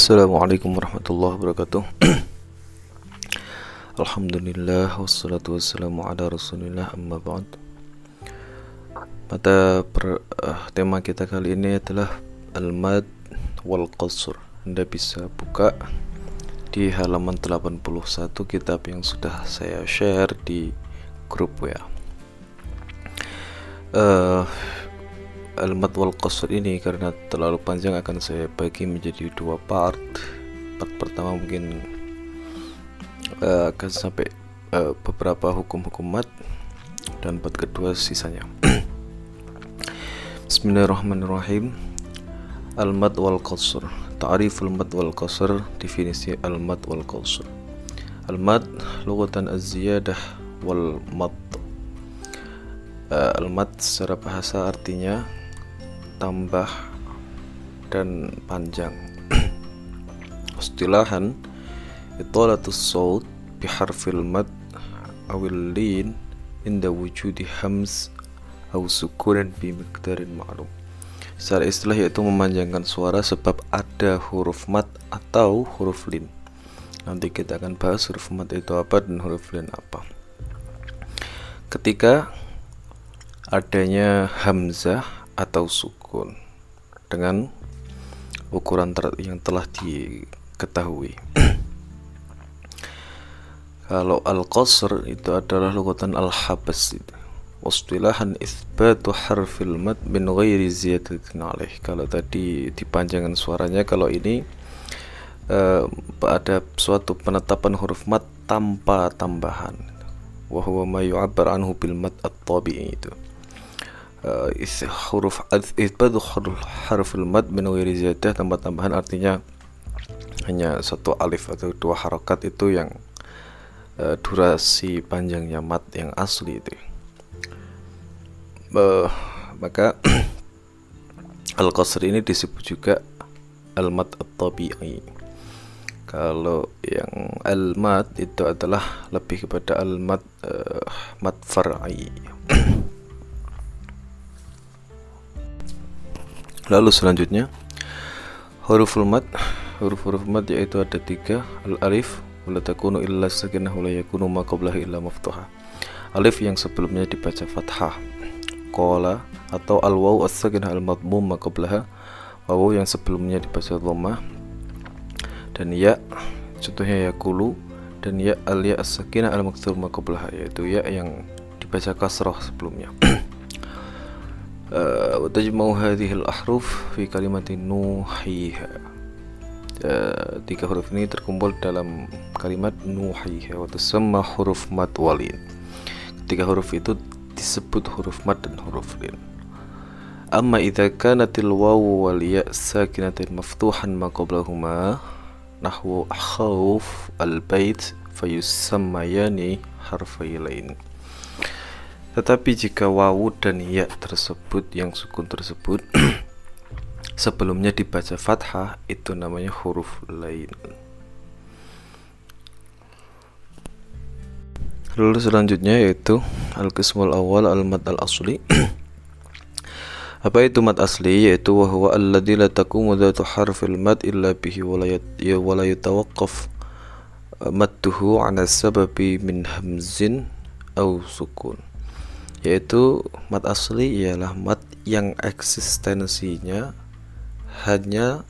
Assalamualaikum warahmatullahi wabarakatuh. Alhamdulillah wassalatu wassalamu ala rasulillah amma ba'd. Tema kita kali ini adalah al-mad wal qasr. Anda bisa buka di halaman 81 kitab yang sudah saya share di grup WA. Al-mad wal qasr ini karena terlalu panjang akan saya bagi menjadi dua part. Part pertama mungkin akan sampai beberapa hukum-hukum mad, dan part kedua sisanya. Bismillahirrahmanirrahim. Al-mad wal qasr. Ta'riful mad wal qasr. Definisi al-mad wal qasr. Al-mad lughatan az-ziyadah wal mad. Al-mad secara bahasa artinya tambah dan panjang. Istilahan italatus saut biharfil mad awil lin inda wujudi hamz aw sukunan bi miqdarin ma'lum. Secara istilah yaitu memanjangkan suara sebab ada huruf mad atau huruf lin. Nanti kita akan bahas huruf mad itu apa dan huruf lin apa. Ketika adanya hamzah atau sukun dengan ukuran yang telah diketahui. Kalau al-qasr itu adalah lughatan al-habas. Wastilahan itsbatu harfil mad min ghairi ziyadatin alaih. Kalau tadi dipanjangkan suaranya, kalau ini ada suatu penetapan huruf mad tanpa tambahan. Wa huwa ma yu'abbar anhu bil mad at-tabi'i itu. Huruf itsbatu harfil mad min ghairi ziyadah tanpa tambahan artinya hanya satu alif atau dua harokat itu yang durasi panjangnya mad yang asli itu. Maka al-qasr ini disebut juga al-mad at-tabi'i. Kalau yang al-mad itu adalah lebih kepada al-mad mad far'i. Lalu selanjutnya huruful mad. Huruf-huruf mad yaitu ada tiga. Al-alif wala takunu illa sakinah wala yakunu ma qablaha illa maftuha. Alif yang sebelumnya dibaca fathah, qala, atau al-waw as-sakinah al-madmum ma qablaha, waw yang sebelumnya dibaca dhammah, dan ya contohnya yaqulu, dan ya al-ya as-sakinah al-maktsur ma qablaha, yaitu ya yang dibaca kasrah sebelumnya. Tajma'u hadhihi al-ahruf fi kalimatin nuhiha. Tiga huruf ini terkumpul dalam kalimat nuhiha wa tusamma huruf mad walin. Tiga huruf itu disebut huruf mad dan huruf lin. Amma idza kanatil wawu wal ya sakinatain maftuhan ma qablahuma nahwu khawf al-bait fayusammayani harfai lain. Tetapi jika wawu dan ya tersebut yang sukun tersebut sebelumnya dibaca fathah, itu namanya huruf lain. Lalu selanjutnya yaitu al-qismul awal al-mad al-asli. Apa itu mad asli? Yaitu wa huwa alladzi la taqumu dzatu harfil mad illa bihi wa la yatawaqqaf madduhu 'ala sababi min hamzin aw sukun. Yaitu mad asli ialah mad yang eksistensinya hanya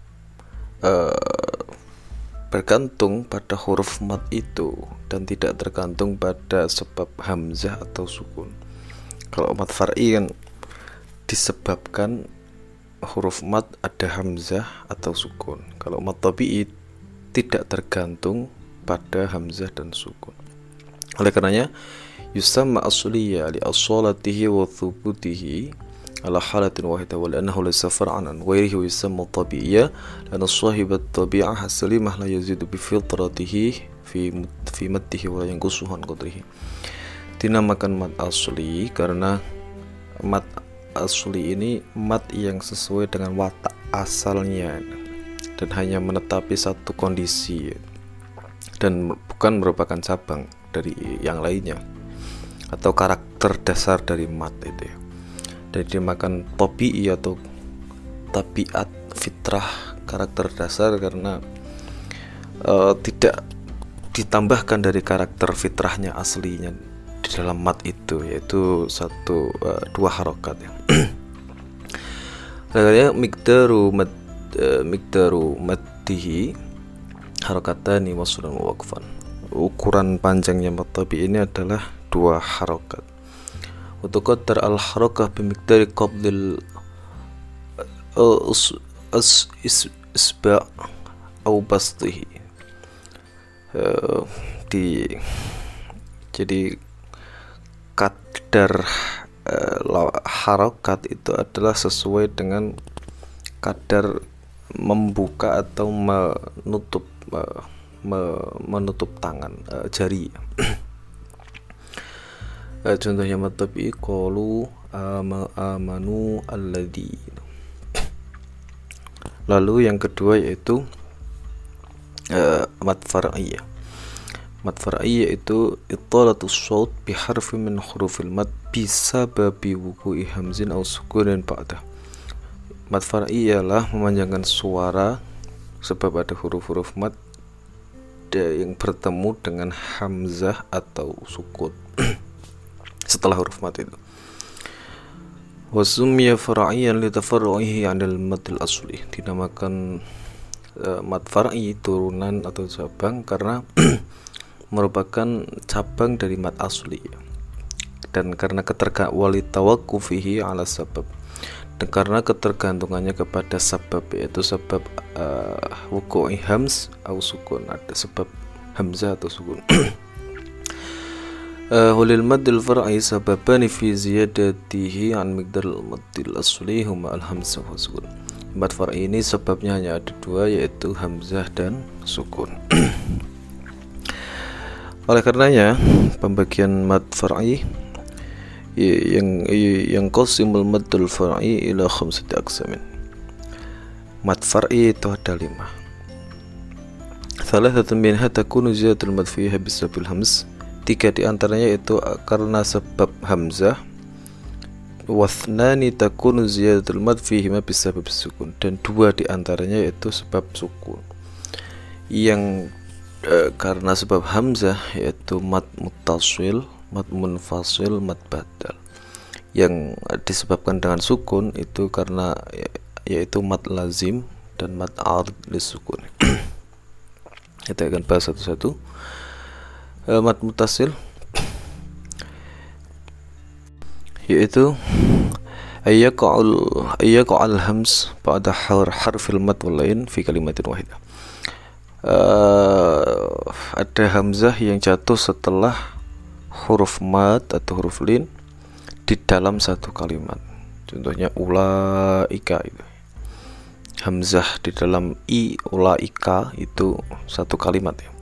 bergantung pada huruf mad itu dan tidak tergantung pada sebab hamzah atau sukun. Kalau mad far'i kan disebabkan huruf mad ada hamzah atau sukun. Kalau mad tabi'i tidak tergantung pada hamzah dan sukun. Oleh karenanya yusamma asliya li asalatihi wa thubutihi ala halatin wahidah wa li'annahu laysa far'an an ghairihi wa yusamma tabi'iyya lana sahibat tabi'ah salimah la yazidu bi fitratihi fi maddihi wa la yanqusuhu an qadrihi. Dinamakan mad asli karena mad asli ini mad yang sesuai dengan watak asalnya dan hanya menetapi satu kondisi dan bukan merupakan cabang dari yang lainnya atau karakter dasar dari mad itu ya. Dan dimakan tabi'i atau tabiat fitrah karakter dasar karena tidak ditambahkan dari karakter fitrahnya aslinya di dalam mat itu, yaitu dua harokat ya. Makanya mikdaru maddihi harokatani waslan wa waqfan. Ukuran panjangnya mat tabi ini adalah dua harokat. Untuk qadar al harokah bimikdari qabdil isba' au bastihi. Jadi kadar harokat itu adalah sesuai dengan kadar membuka atau menutup tangan, jari. Contohnya matabi qalu amanu alladhi. Lalu yang kedua yaitu mad far'iyah. Mad far'iyah itu italatus shaut bi harfi min hurufil mad bisababi wuqu'i hamzin aw sukunin ba'dah. Mad far'iyah lah memanjangkan suara sebab ada huruf-huruf mad yang bertemu dengan hamzah atau sukun setelah huruf mad itu. Wa summiya far'iyan li tafarru'ihi 'anil madil asli. Dinamakan mad far'i turunan atau cabang karena merupakan cabang dari mad asli, dan karena walitawaqqufihi 'ala sabab, dan karena ketergantungannya kepada sabab, yaitu sebab wuqu'i hamz atau sukun, ada sebab hamzah atau sukun. Walil maddil far'i sababani fi ziyadatihi 'an miqdaril maddil asli huma al-hamzah wa sukun. Mad far'i ini sebabnya hanya ada dua, yaitu hamzah dan sukun. Oleh karenanya pembagian mad far'i yang qasimul maddul far'i ila khamsati aqsamin. Mad far'i itu ada 5. Thalathatun minha takunu ziyadatul mad fiha bisabil hamz. 3 di antaranya itu karena sebab hamzah. Wathnani takunu ziyadatul mad fihi ma bisabab sukun, dan 2 di antaranya yaitu sebab sukun. Yang karena sebab hamzah yaitu mad muttasil, mad munfasil, mad badal. Yang disebabkan dengan sukun itu karena yaitu mad lazim dan mad ard lisukun. Kita akan bahas satu-satu. Mad muttasil yaitu ayyaqa'al hams ba'da harfil mad wal lain fi kalimatin wahidah. Ada hamzah yang jatuh setelah huruf mad atau huruf lin di dalam satu kalimat. Contohnya ulaika itu. Hamzah di dalam ulaika itu satu kalimat ya.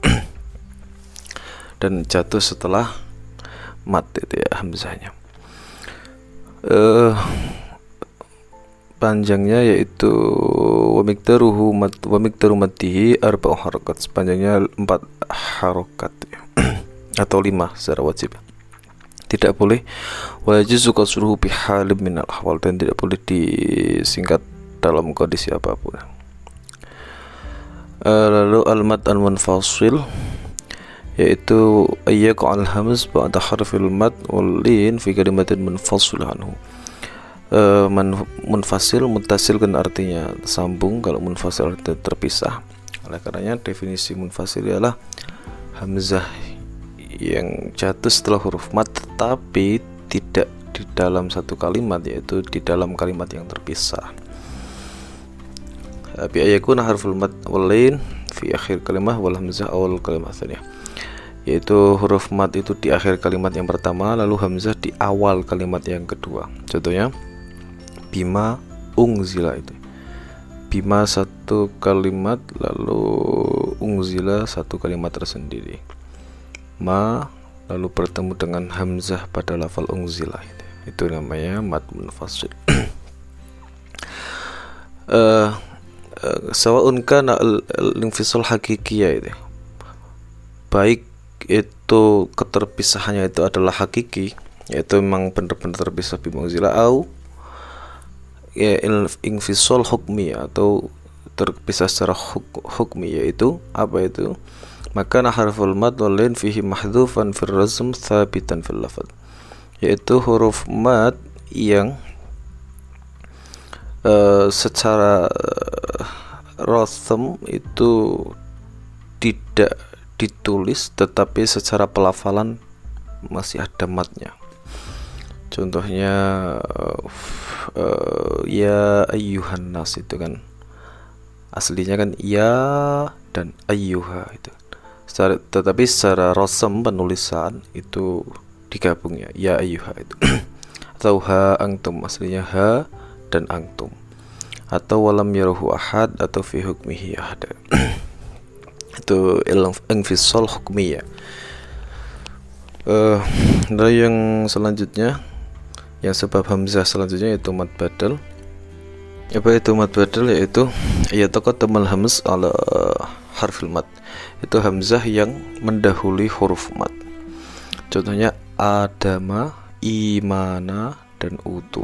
Dan jatuh setelah mad itu ya hamzahnya. Panjangnya yaitu wa miqdaru maddihi 4 harakat, sepanjangnya 4 harokat ya. Atau 5 secara wajib. Tidak boleh wa yajuzu qasruhu bi halim min al-ahwal, dan tidak boleh disingkat dalam kondisi apapun. Lalu al-mad al-munfasil yaitu ayyaqa'al hamz ba'da harfil mad wal lin fi kalimatin munfasilah anhu. Munfasil, muttasil kan artinya sambung, kalau munfasil artinya terpisah. Oleh karenanya definisi munfasil ialah hamzah yang jatuh setelah huruf mad tetapi tidak di dalam satu kalimat, yaitu di dalam kalimat yang terpisah. Bi ayakuna harful mad wal lin fi akhir kalimah wal hamzah awal kalimah tsaniyah, yaitu huruf mad itu di akhir kalimat yang pertama, lalu hamzah di awal kalimat yang kedua. Contohnya bima ungzila, itu bima satu kalimat, lalu ungzila satu kalimat tersendiri. Ma lalu bertemu dengan hamzah pada lafal ungzila, itu namanya mad munfasil. Sawa'un kana al-infisal hakikiyah, itu baik itu keterpisahannya itu adalah hakiki, yaitu memang benar-benar terpisah bima ungzila, au ya infisal hukmi, atau terpisah secara hukmi, yaitu apa itu? Maka harful mad walain fihi mahdhufan fil razm thabitan fil lafadz, yaitu huruf mad yang secara razm itu tidak ditulis tetapi secara pelafalan masih ada madnya. Contohnya ya ayyuhan nas itu kan aslinya kan ya dan ayyuha itu. Tetapi secara rasam penulisan itu digabung ya ayyuha itu. Atau ha antum, aslinya ha dan antum. Atau walam yarahu ahad atau fi hukmihi ahad. Itu infisal hukmiyah. Dari yang selanjutnya, yang sebab hamzah selanjutnya yaitu mad badal. Apa itu mad badal? Yaitu taqaddamal hamz ala harfil mad. Itu hamzah yang mendahului huruf mad. Contohnya adama, imana, dan utu.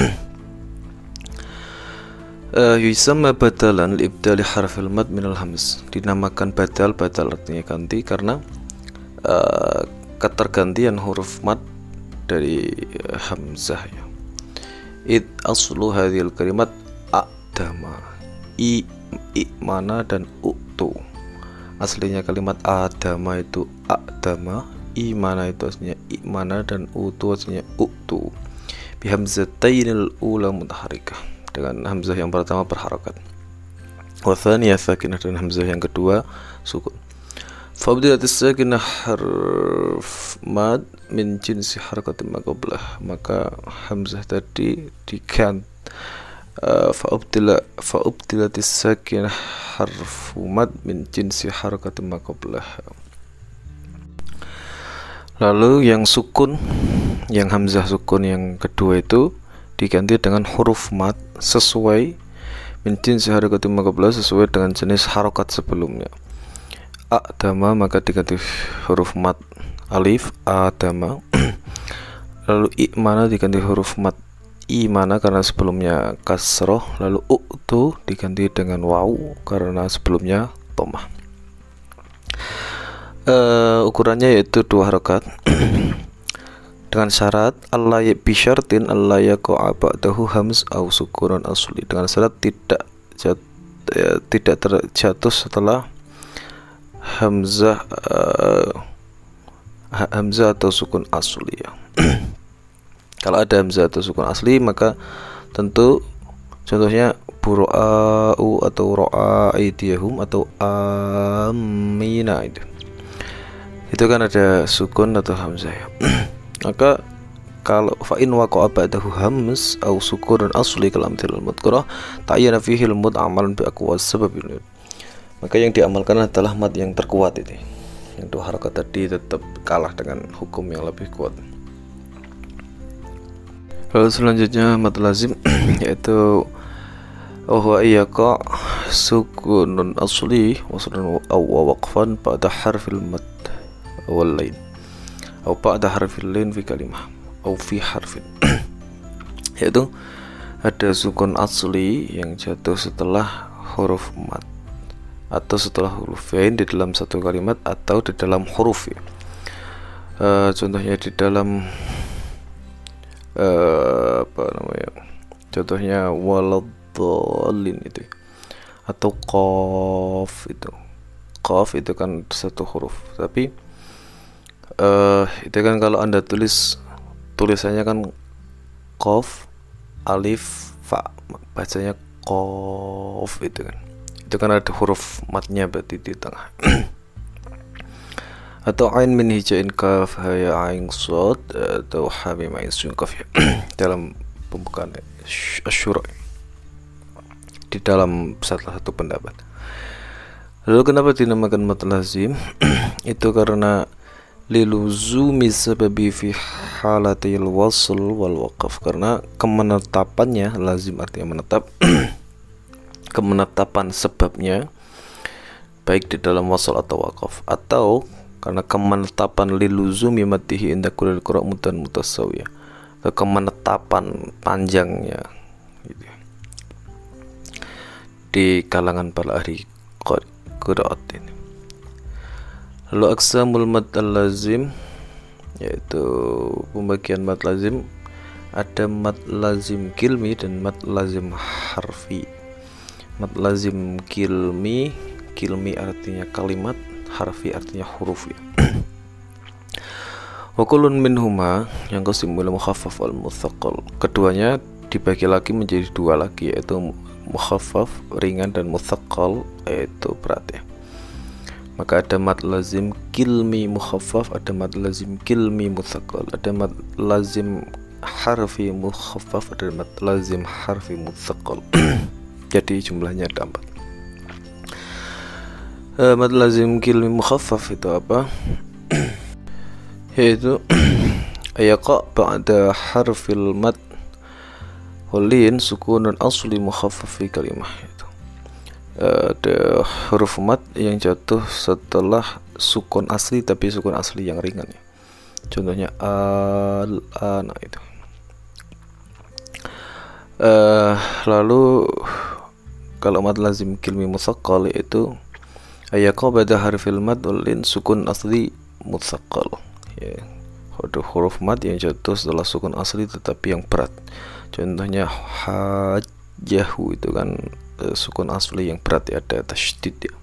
Yusamma badalan liibdali harfil mad minal hamz. Dinamakan badal artinya ganti karena ketergantian huruf mad dari hamzah ya. Id aslu hadhil kalimat adama, imana, dan utu. Aslinya kalimat adama itu adama, imana itu aslinya imana, dan utu aslinya utu. Bihamzatainil ula mutaharikah, dengan hamzah yang pertama berharakat, wa tsaniyah sakinah, dan hamzah yang kedua sukun. Fabdilatis sakinah harf mad min jinsi harakatin maqablah, maka hamzah tadi diganti fa'ubdilatis sakinah harf mad min jinsi harakatin maqablah. Lalu yang sukun, yang hamzah sukun yang kedua itu diganti dengan huruf mad sesuai min jinsi harakatin maqablah, sesuai dengan jenis harokat sebelumnya. Adama maka diganti huruf mad alif adama. Lalu imana diganti huruf mad imana karena sebelumnya kasroh. Lalu utu diganti dengan waw karena sebelumnya dhammah. Ukurannya yaitu 2 harokat dengan syarat Allah bisyartin Allah yaqa ba'dahu hamz au sukunan asli, dengan syarat tidak terjatuh setelah hamzah atau sukun asli ya. Kalau ada hamzah atau sukun asli maka tentu contohnya bura'u atau ro'a aidiyahum atau amina itu kan ada sukun atau hamzah ya. Maka kalau fa in waqa'a ba'dahu hamz au sukun asli kalam tilal mudghirah ta'ayyana fihi al-mud amalan bi aqwas sababin. Maka yang diamalkan adalah mad yang terkuat itu. Yang 2 harakat tadi tetap kalah dengan hukum yang lebih kuat. Lalu selanjutnya mad lazim yaitu huwa iyaqa sukunun asli waslan aw waqfan pada harfil mad wal lain atau pada harfil lain fi kalimah atau fi harfin. Yaitu ada sukun asli yang jatuh setelah huruf mad atau setelah huruf lain di dalam satu kalimat atau di dalam huruf ya. Contohnya di dalam apa namanya? Contohnya waladhdallin itu, atau qaf itu. Qaf itu kan satu huruf, tapi itu kan kalau Anda tulisannya kan qaf alif fa, bacanya qaf itu kan. Itu kan ada huruf matnya berarti di tengah. Atau ain min hijain kaf ya ain shad atau ha mim ain sin kaf ya. Dalam pembukaan Asy-Syura di dalam salah satu pendapat. Lalu kenapa dinamakan mad lazim? Itu karena liluzumi sababi fi halatil wasl wal waqf, karena kemenetapannya, lazim artinya menetap. Kemenetapan sebabnya baik di dalam wasal atau waqaf, atau karena kemenetapan liluzumi matihi inda kulil qura' mutan mutasawiyah, kemenetapan panjangnya gitu. di kalangan para ahli qiraat ini. Lalu aqsamul mad al-lazim, yaitu pembagian mad lazim, ada mad lazim kilmi dan mad lazim harfi. Mad lazim kilmi artinya kalimat, harfi artinya huruf ya. Wa kullun minhuma yang qasimul mukhaffaf wal mutsaqqal. Keduanya dibagi lagi menjadi dua lagi, yaitu mukhaffaf ringan dan mutsaqqal yaitu berat ya. Maka ada mad lazim kilmi mukhaffaf, ada mad lazim kilmi mutsaqqal, ada mad lazim harfi mukhaffaf, ada mad lazim harfi mutsaqqal. Jadi jumlahnya ada 4. Mad lazim kilmi mukhaffaf itu apa? Yaitu ayaqa ba'da harfil mad walin sukunun asli mukhaffaf fi kalimah. Ada huruf mad yang jatuh setelah sukun asli, tapi sukun asli yang ringan ya. Contohnya al-ana itu. Lalu kalau mad lazim kilmi mutsaqqal yaitu ayaqa ba'da harfil mad walin sukun asli mutsaqqal ya. Ada huruf mad yang jatuh setelah sukun asli tetapi yang berat. Contohnya hajjahu itu kan sukun asli yang berat ya, ada tasydid ya.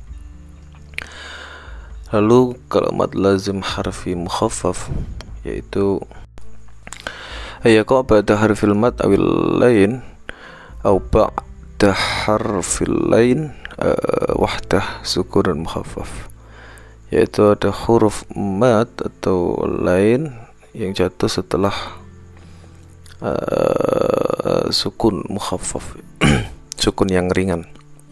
Lalu kalau mad lazim harfi mukhaffaf yaitu ayaqa ba'da harfil mad awil lain aw ba'da harfil lain wahdah sukun mukhaffaf, yaitu ada huruf mad atau lain yang jatuh setelah sukun mukhaffaf sukun yang ringan.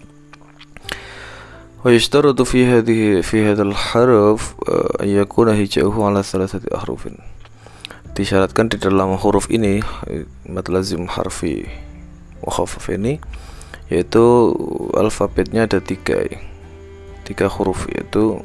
Wa yashtaratu fi hadzal harf an yakuna hijauhu ala 3 ahrufin. Disyaratkan di dalam huruf ini mad lazim harfi mukhaffaf ini yaitu alfabetnya ada 3 huruf, yaitu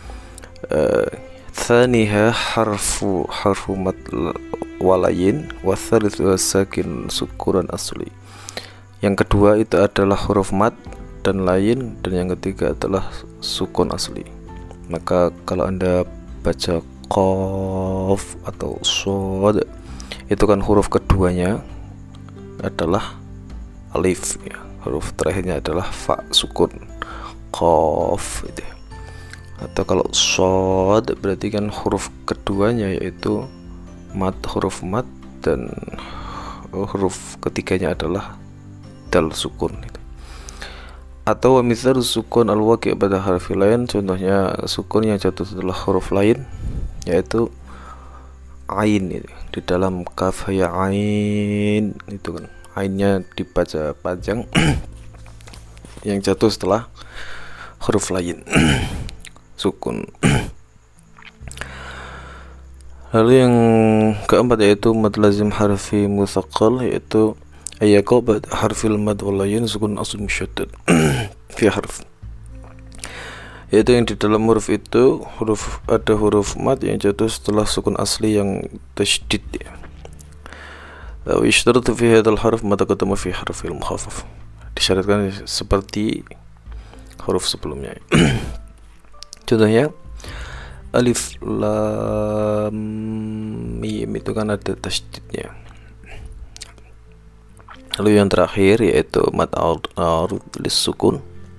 tsaniha harfu mad walayin wa tsalitsu sakin sukuran asli. Yang kedua itu adalah huruf mad dan lain, dan yang ketiga adalah sukun asli. Maka kalau Anda baca qaf atau shad itu kan huruf keduanya adalah alif ya. Huruf terakhirnya adalah fa sukun qaf itu. Atau kalau shad berarti kan huruf keduanya yaitu huruf mad dan huruf ketiganya adalah dal sukun itu. Atau misal sukun al-waqi' pada harfi lain, contohnya sukun yang jatuh setelah huruf lain yaitu ain itu. Di dalam kaf ya ain itu kan ainnya dibaca panjang yang jatuh setelah huruf lain sukun. Lalu yang keempat yaitu mad lazim harfi mutsaqqal, yaitu ayaqa ba'da harfil mad wal lain sukun asl musyaddad fi harf, yaitu yang di dalam huruf itu ada huruf mad yang jatuh setelah sukun asli yang tasydid ya. Wa yashtaratu fi hadzal harf ma taqaddama fi harfil mukhaffaf. Disyaratkan seperti huruf sebelumnya. Contohnya alif lam mim itu kan ada tasydidnya. Lalu yang terakhir yaitu mad arud lis sukun,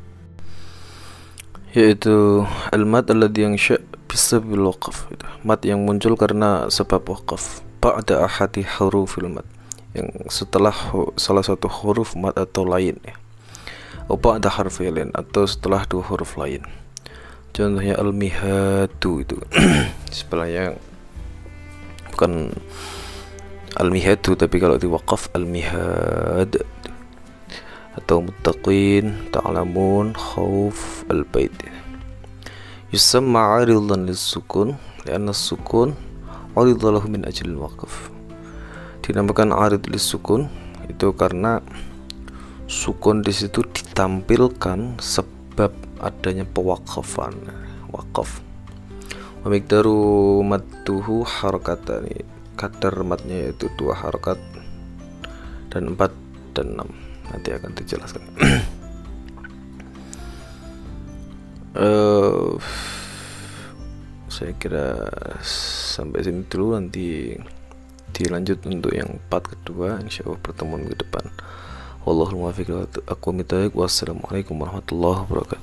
yaitu al-mad alladhi yansha bisababil waqf, mad yang muncul karena sebab waqaf ba'da ahadi hurufil mad, yang setelah salah satu huruf mad atau lain ya. Ba'da harfi lain atau setelah 2 huruf lain. Contohnya al-mihadu itu sebenarnya bukan al-mihadu, tapi kalau diwaqaf al-mihad. Atau muttaqin, ta'lamun, khauf, al-bait. Yusamma 'aridan lis-sukun karena sukun 'arida lahu min ajli al-waqf. Dinamakan 'arid lis-sukun itu karena sukun di situ ditampilkan sebab adanya pewaqafan, waqaf. Wa miqdaru madduhu harakatani, kadar matnya yaitu 2 harakat dan 4 dan 6, nanti akan dijelaskan. eh saya kira sampai sini dulu, nanti dilanjut untuk yang part kedua insyaallah pertemuan ke depan. Wallahul muwaffiq. Aku minta wassalamualaikum warahmatullahi wabarakatuh.